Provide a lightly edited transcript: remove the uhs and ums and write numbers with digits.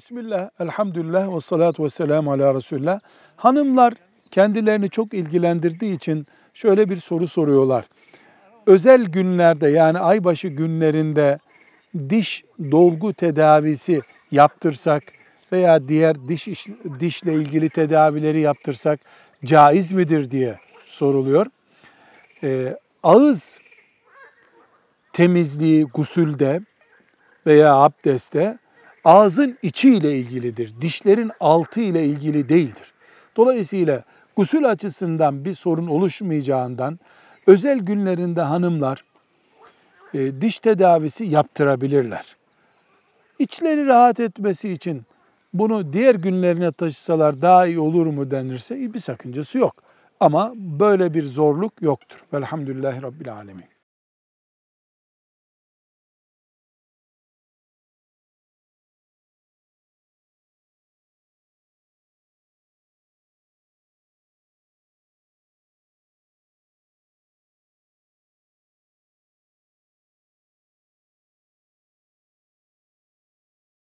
Bismillah, elhamdülillah ve salatu ve selamu ala Resulullah. Hanımlar kendilerini çok ilgilendirdiği için şöyle bir soru soruyorlar. Özel günlerde yani aybaşı günlerinde diş dolgu tedavisi yaptırsak veya diğer dişle ilgili tedavileri yaptırsak caiz midir diye soruluyor. Ağız temizliği gusülde veya abdestte ağzın içi ile ilgilidir. Dişlerin altı ile ilgili değildir. Dolayısıyla gusül açısından bir sorun oluşmayacağından özel günlerinde hanımlar diş tedavisi yaptırabilirler. İçleri rahat etmesi için bunu diğer günlerine taşısalar daha iyi olur mu denirse bir sakıncası yok. Ama böyle bir zorluk yoktur. Velhamdülillahi Rabbil Alemin.